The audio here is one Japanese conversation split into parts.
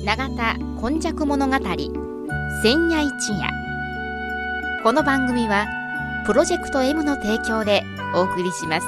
永田今昔物語千夜一夜。この番組はプロジェクト M の提供でお送りします。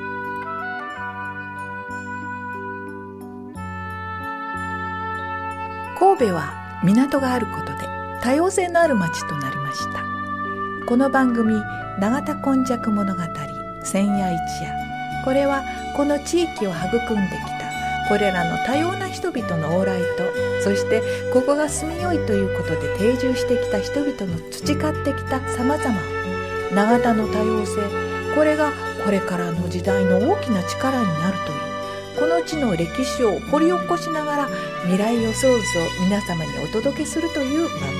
神戸は港があることで多様性のある町となりました。この番組永田今昔物語千夜一夜、これはこの地域を育んできたこれらの多様な人々の往来と、そしてここが住みよいということで定住してきた人々の培ってきた様々を、永田の多様性、これがこれからの時代の大きな力になるという、この地の歴史を掘り起こしながら未来予想図を皆様にお届けするという番組です。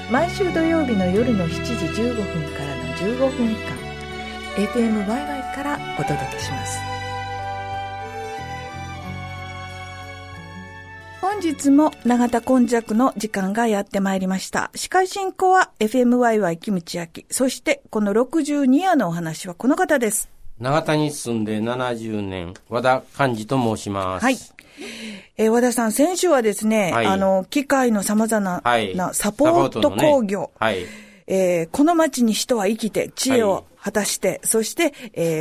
毎週土曜日の夜の7時15分からの15分間、FMYY からお届けします。本日も永田今昔の時間がやってまいりました。司会進行は FMYY キムチ焼き、そしてこの62夜のお話はこの方です。 永田に住んで70年、和田寛治と申します。 はい。和田さん、先週はですね、はい、機械の様々なサポート工業、はい、この町に人は生きて知恵を果たして、はい、そして、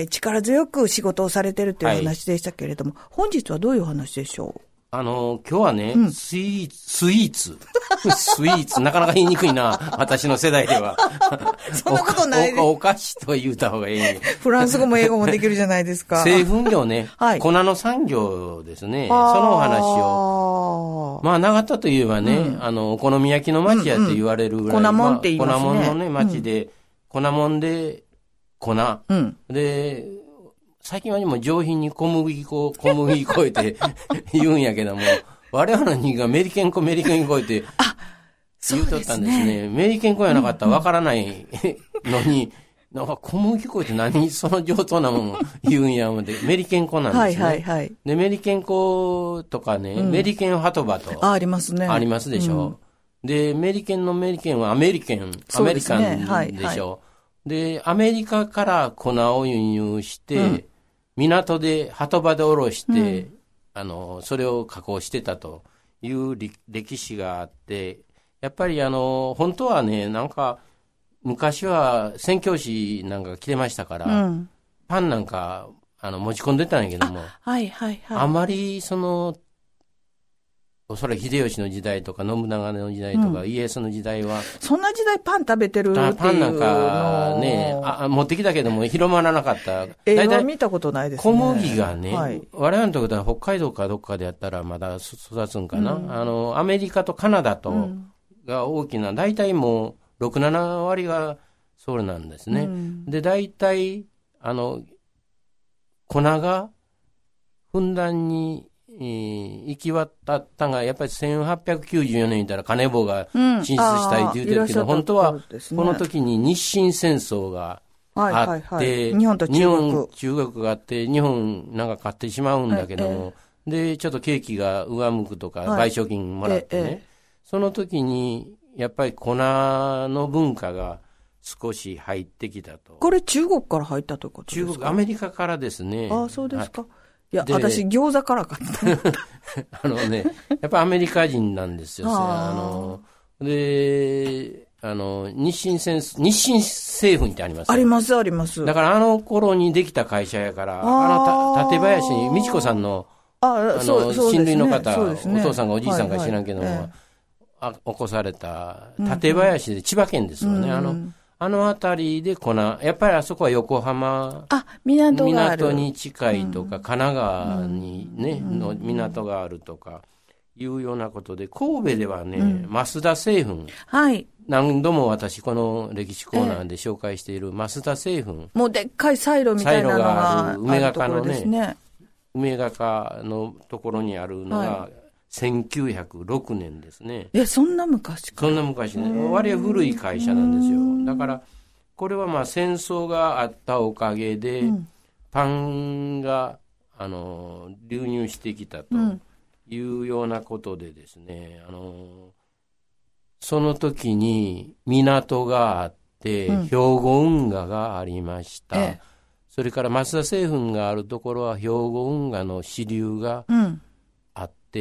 力強く仕事をされているという話でしたけれども、はい、本日はどういうお話でしょう？今日はね、スイーツ、なかなか言いにくいな、私の世代では。 そんなことないです。 お菓子と言うた方がいい。 フランス語も英語もできるじゃないですか。 製粉業ね、はい、粉の産業ですね。そのお話を。まあ、永田といえばね、お好み焼きの町やって言われるぐらい。 粉もんって言いますね。 粉もんのね、町で、粉もんで、粉。で、最近はもう上品に小麦粉って言うんやけども、我々の人間がメリケン粉って言うとったんですね。メリケン粉やなかったらわからないのに、なんか小麦粉って何その上等なもの言うんや思って、メリケン粉なんですね。はいはいはい。で、メリケン粉とかね、メリケンハトバと。 ありますね。 ありますでしょ。で、メリケンはアメリカンでしょ。で、アメリカから粉を輸入して、港で、鳩場でおろして、それを加工してたという歴史があって、やっぱり本当はね、なんか、昔は宣教師なんか来てましたから、パンなんか、持ち込んでたんやけども、あまりおそらく秀吉の時代とか信長の時代とか、家康の時代はそんな時代パン食べてるっていうパンなんかね持ってきたけども広まらなかった。 映画見たことないですね。 小麦がね、はい、我々のところでは北海道かどっかでやったらまだ育つんかな、アメリカとカナダと、が大きな大体もう 6,7 割がそうなんですね、で大体粉がふんだんに行き渡ったが、やっぱり1894年にいたら金棒が進出したいって言うてるけど、本当はこの時に日清戦争があって、 日本と中国があって、日本なんか買ってしまうんだけども、で、ちょっと景気が上向くとか、賠償金もらってね、その時にやっぱり粉の文化が少し入ってきたと。 これ中国から入ったということですか？ 中国、アメリカからですね。 ああ、そうですか。いや、私、餃子からかと。やっぱアメリカ人なんですよ。で、日清製粉ってあります。 あります、あります。 だから頃にできた会社やから、館林に、美智子さんの、親類の方、お父さんがおじいさんか知らんけども、起こされた、館林で千葉県ですよね。辺りでやっぱりあそこは横浜、港に近いとか、神奈川にね、の港があるとか、いうようなことで、神戸ではね、増田製粉。はい。何度も私、この歴史コーナーで紹介している増田製粉。 もうでっかいサイロみたいなのがある梅ヶ香のね、梅ヶ香のところにあるのが、1906年ですね。 そんな昔か。 そんな昔ね。割合古い会社なんですよ。だから、これはまあ戦争があったおかげで、パンが、流入してきたというようなことでですね、その時に港があって、兵庫運河がありました。それから増田製粉があるところは兵庫運河の支流があって、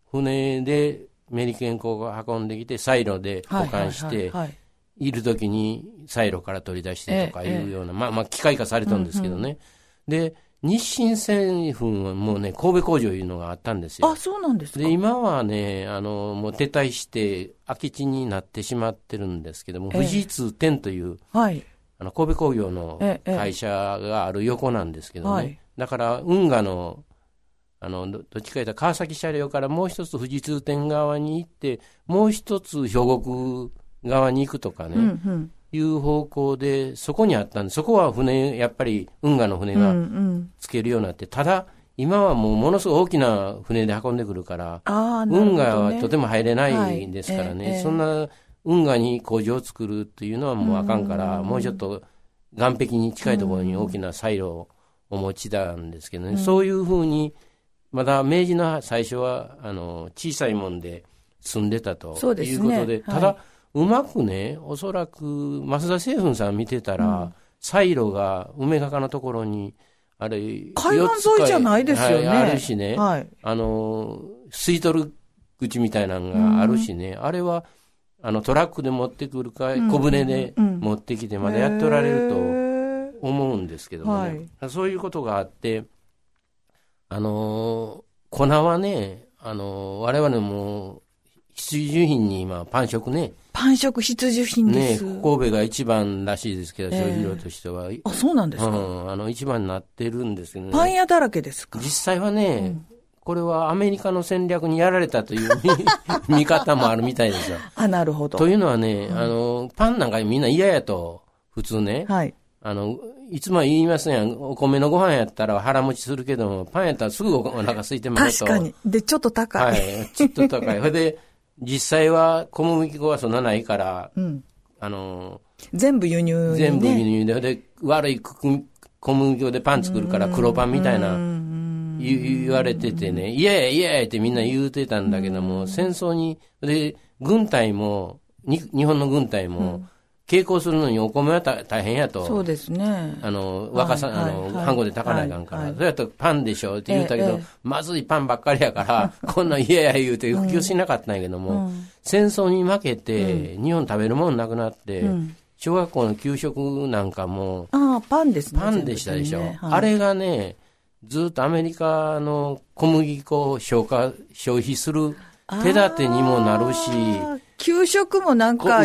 船でメリケン港が運んできて、サイロで保管して、いるときにサイロから取り出してとかいうような、機械化されたんですけどね。で、日清製粉はもうね、神戸工場いうのがあったんですよ。 あ、そうなんですか。 で、今はね、もう撤退して空き地になってしまってるんですけども、富士通店という、神戸工業の会社がある横なんですけどね。だから、運河の、どっちかというと川崎車両からもう一つ富士通店側に行って、もう一つ兵庫側に行くとかね、いう方向で、そこにあったんで、そこは船、やっぱり運河の船がつけるようになって、ただ、今はもうものすごい大きな船で運んでくるから、運河はとても入れないんですからね、そんな運河に工場を作るっていうのはもうあかんから、もうちょっと岸壁に近いところに大きなサイロをお持ちなんですけどね、そういうふうに、まだ明治の最初は小さいもんで住んでたということで、ただ、うまくね、おそらく増田製粉さん見てたら、サイロが梅ヶ香のところに、あれ、 海岸沿いじゃないですよね。 あるしね、吸い取る口みたいなのがあるしね、あれはトラックで持ってくるか、小舟で持ってきてまだやっておられると思うんですけどもね、そういうことがあって、粉はね、我々も必需品に今、パン食ね。 パン食必需品です。 ね、神戸が一番らしいですけど、消費量としては。 あ、そうなんですか。 一番になってるんですけどね。 パン屋だらけですか。 実際はね、これはアメリカの戦略にやられたという見方もあるみたいですよ。 あ、なるほど。 というのはね、パンなんかみんな嫌やと、普通ね。いつも言いますやん、お米のご飯やったら腹持ちするけども、パンやったらすぐお腹空いてまうと。 確かに。で、ちょっと高い。 ちょっと高い。それで、実際は小麦粉はそんなないから、 全部輸入、 全部輸入で、悪い小麦粉でパン作るから黒パンみたいな言われててね、いやいやってみんな言うてたんだけども、戦争に、で、軍隊も、日本の軍隊も、傾向するのにお米は大変やと。 そうですね。 若さ、飯盒で炊かないかんから。それやったらパンでしょって言うたけど、まずいパンばっかりやから、こんなん嫌や言うて普及しなかったんやけども、戦争に負けて、日本食べるもんなくなって、小学校の給食なんかも、 パンですね。 パンでしたでしょ。あれがね、ずっとアメリカの小麦粉を消費する手立てにもなるし、 給食もなんか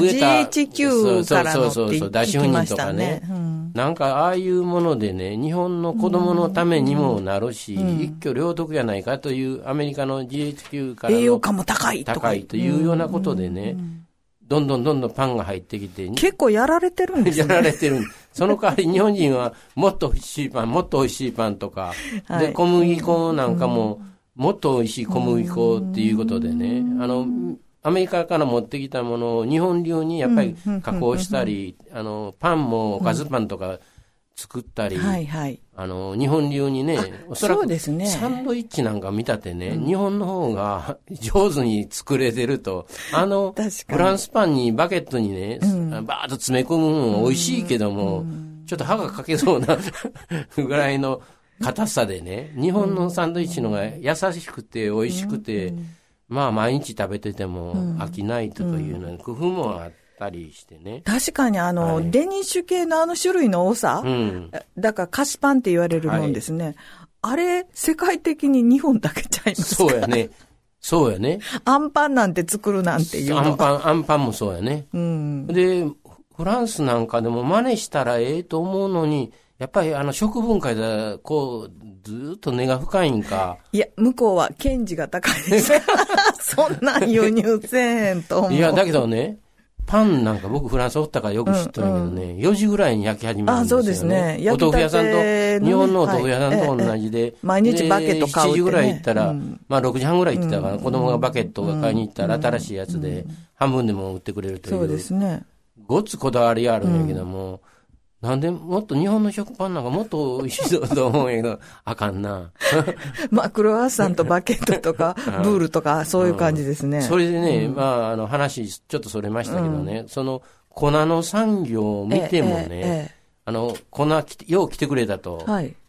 GHQ からのって聞きましたね。 なんかああいうものでね、日本の子供のためにもなるし、一挙両得じゃないかというアメリカの GHQ からの栄養価も高いというようなことでね、どんどんパンが入ってきて。 結構やられてるんですね。 やられてる。その代わり日本人はもっと美味しいパン、もっと美味しいパンとか、で、小麦粉なんかも、もっと美味しい小麦粉っていうことでね、アメリカから持ってきたものを日本流にやっぱり加工したり、パンもおかずパンとか作ったり、日本流にね、おそらくサンドイッチなんか見たってね、日本の方が上手に作れてると、フランスパンにバケットにね、バーッと詰め込むのも美味しいけども、ちょっと歯が欠けそうなぐらいの硬さでね、日本のサンドイッチのが優しくて美味しくて、まあ毎日食べてても飽きないとかいうのに工夫もあったりしてね。 確かにデニッシュ系の種類の多さ、だから菓子パンって言われるもんですね。あれ、世界的に日本だけちゃいますか？ そうやね。そうやね。 アンパンなんて作るなんていうの。 アンパンもそうやね。で、フランスなんかでも真似したらええと思うのに、やっぱり食文化でこうずっと根が深いんか。 いや、向こうは堅持が高いです。そんなん輸入せえへんと思う。 いや、だけどね、パンなんか僕フランスおったからよく知ってるけどね、4時ぐらいに焼き始めるんですよね。 そうですね。 お豆腐屋さんと、日本のお豆腐屋さんと同じで、 毎日バケット買うってね。 7時ぐらい行ったら、まあ6時半ぐらい行ったから、子供がバケットが買いに行ったら新しいやつで、半分でも売ってくれるという。 そうですね。 ごっつこだわりあるんやけども、なんでもっと日本の食パンなんかもっと美味しいと思うんやけど、あかんな。 まあ、クロワッサンとバケットとか、ブールとか、そういう感じですね。 それでね、まあ、話、ちょっとそれましたけどね、その、粉の産業を見てもね、粉、よう来てくれたと。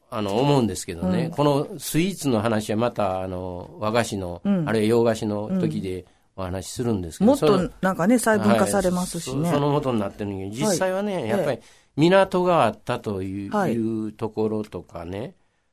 思うんですけどね、このスイーツの話はまた和菓子の、あるいは洋菓子の時でお話しするんですけど、 もっとなんかね細分化されますしね、 その元になってるんだけど、実際はね、やっぱり港があったという、ところとかね、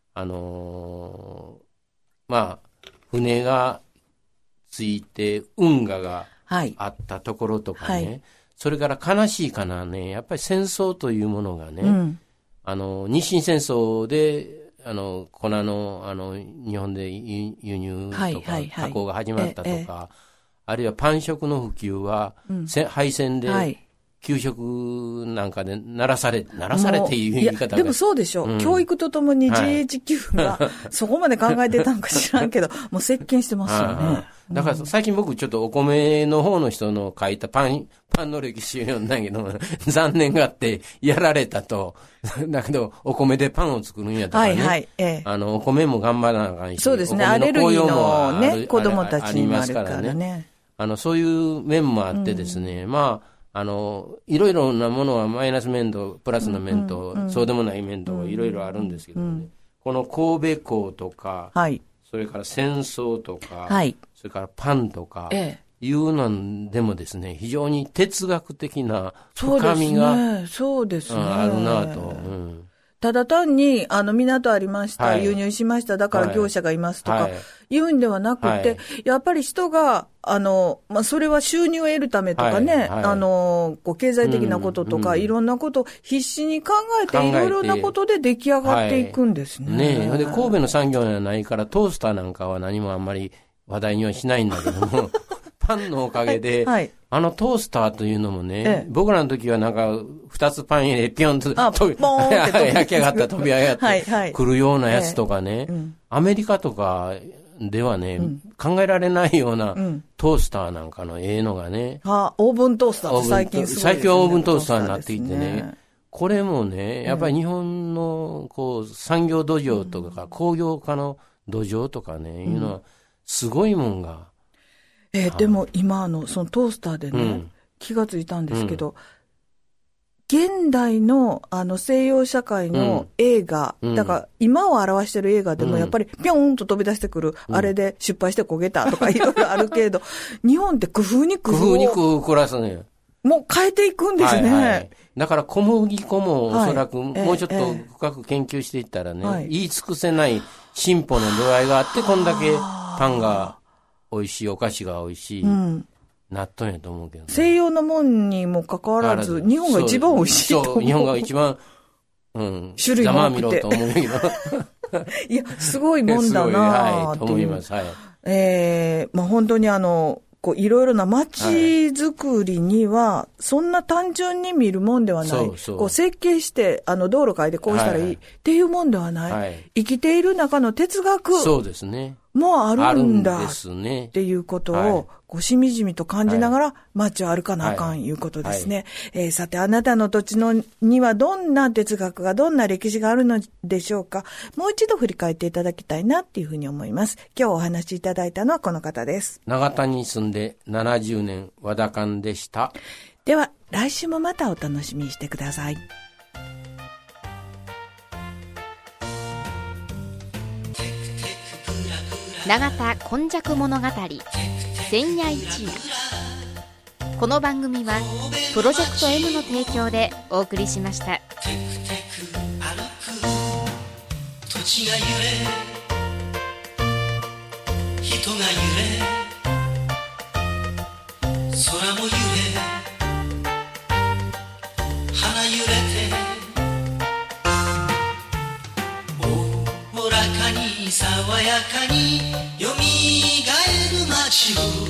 船がついて運河があったところとかね、それから悲しいかなね、やっぱり戦争というものがね、日清戦争で粉の日本で輸入とか加工が始まったとか、あるいはパン食の普及は、敗戦で給食なんかで鳴らされっていう言い方が。 でもそうでしょう。教育とともに GHQ がそこまで考えてたんか知らんけど、もう席巻してますよね。 だから最近僕ちょっとお米の方の人の書いたパンの歴史を読んだけど、残念があってやられたと。だけどお米でパンを作るんやとかね。お米も頑張らなあかんし。 そうですね。アレルギーのね、子供たちにもあるからね。 そういう面もあってですね、いろいろなものはマイナス面とプラスの面と、そうでもない面といろいろあるんですけどね、この神戸港とか、それから戦争とか、それからパンとか、いうのでもですね、非常に哲学的な深みがあるなと。 ただ単に、港ありました、輸入しました、だから業者がいますとか、言うんではなくて、やっぱり人が、それは収入を得るためとかね、経済的なこととか、いろんなことを必死に考えて、いろいろなことで出来上がっていくんですね。 で、神戸の産業にはないから、トースターなんかは何もあんまり話題にはしないんだけども、パンのおかげで、トースターというのもね、僕らの時はなんか、2つパン入れ、ピョンと焼き上がった飛び上がってくるようなやつとかね、アメリカとかではね、考えられないようなトースターなんかののがね。 オーブントースターって最近すごいですね。 最近はオーブントースターになっていてね、これもね、やっぱり日本の産業土壌とか、工業化の土壌とかね、いうのは、すごいもんが。 でも今そのトースターでね、気がついたんですけど、現代の西洋社会の映画、だから今を表してる映画でもやっぱりピョーンと飛び出してくる、あれで失敗して焦げたとかいろいろあるけれど、日本って工夫に工夫を凝らすね。 もう変えていくんですね。 だから小麦粉もおそらくもうちょっと深く研究していったらね、言い尽くせない進歩の度合いがあって、こんだけパンが美味しい、お菓子が美味しい、なっとんやと思うけどね。 西洋のもんにもかかわらず、日本が一番美味しいと思う。 そう、日本が一番、 種類も多くて。ざまあ見ろと思うんやけど。 いや、すごいもんだなと思います。 本当にいろいろな街づくりには、そんな単純に見るもんではない。設計して、道路変えてこうしたらいいっていうもんではない。生きている中の哲学。 そうですね。 もあるんだ。 ですね。 っていうことを、しみじみと感じながら、街を歩かなあかんいうことですね。さて、あなたの土地にはどんな哲学が、どんな歴史があるのでしょうか。もう一度振り返っていただきたいなっていうふうに思います。今日お話しいただいたのはこの方です。 長田に住んで70年、和田勘でした。 では、来週もまたお楽しみにしてください。 永田今昔物語千夜一夜。この番組はプロジェクト M の提供でお送りしました。土地が揺れ、人が揺れ、空も揺れ、花揺れて、おおらかに爽やかによみがえる街を